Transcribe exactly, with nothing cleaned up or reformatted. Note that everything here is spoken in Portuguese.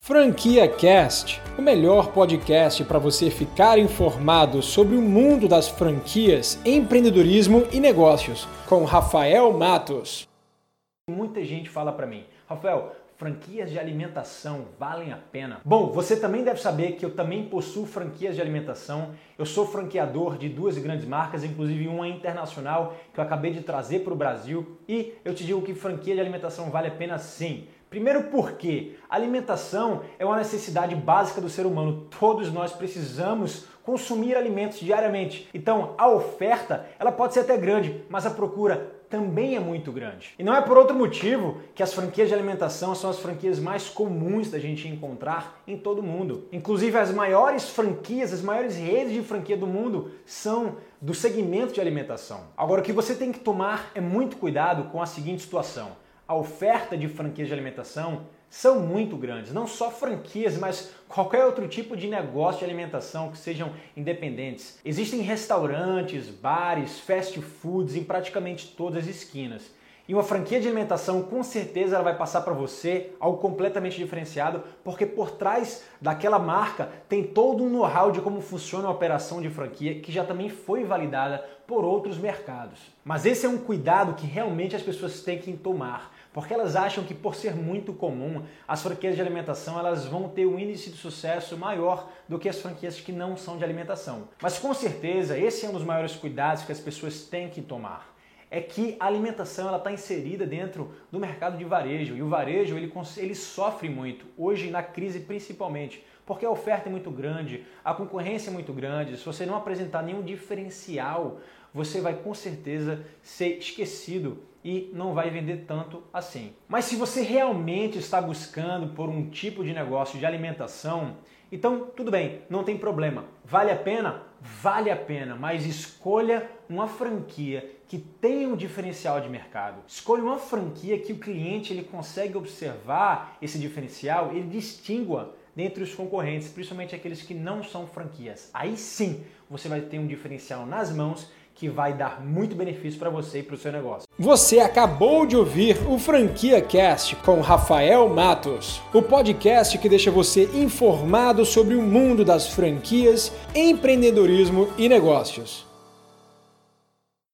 Franquia Cast, o melhor podcast para você ficar informado sobre o mundo das franquias, empreendedorismo e negócios, com Rafael Matos. Muita gente fala para mim, Rafael, franquias de alimentação valem a pena? Bom, você também deve saber que eu também possuo franquias de alimentação. Eu sou franqueador de duas grandes marcas, inclusive uma internacional que eu acabei de trazer para o Brasil. E eu te digo que franquia de alimentação vale a pena sim. Primeiro porque a alimentação é uma necessidade básica do ser humano. Todos nós precisamos consumir alimentos diariamente. Então a oferta ela pode ser até grande, mas a procura também é muito grande. E não é por outro motivo que as franquias de alimentação são as franquias mais comuns da gente encontrar em todo o mundo. Inclusive as maiores franquias, as maiores redes de franquia do mundo são do segmento de alimentação. Agora o que você tem que tomar é muito cuidado com a seguinte situação. A oferta de franquias de alimentação são muito grandes, não só franquias, mas qualquer outro tipo de negócio de alimentação que sejam independentes. Existem restaurantes, bares, fast foods em praticamente todas as esquinas. E uma franquia de alimentação, com certeza, ela vai passar para você algo completamente diferenciado, porque por trás daquela marca tem todo um know-how de como funciona a operação de franquia, que já também foi validada por outros mercados. Mas esse é um cuidado que realmente as pessoas têm que tomar, porque elas acham que por ser muito comum, as franquias de alimentação elas vão ter um índice de sucesso maior do que as franquias que não são de alimentação. Mas com certeza, esse é um dos maiores cuidados que as pessoas têm que tomar. É que a alimentação está inserida dentro do mercado de varejo e o varejo ele, ele sofre muito, hoje na crise principalmente, porque a oferta é muito grande, a concorrência é muito grande, se você não apresentar nenhum diferencial, você vai com certeza ser esquecido e não vai vender tanto assim. Mas se você realmente está buscando por um tipo de negócio de alimentação, então tudo bem, não tem problema. Vale a pena? Vale a pena, mas escolha uma franquia que tenha um diferencial de mercado. Escolha uma franquia que o cliente ele consegue observar esse diferencial, ele distingua dentre os concorrentes, principalmente aqueles que não são franquias. Aí sim, você vai ter um diferencial nas mãos que vai dar muito benefício para você e para o seu negócio. Você acabou de ouvir o Franquia Cast com Rafael Matos, o podcast que deixa você informado sobre o mundo das franquias, empreendedorismo e negócios.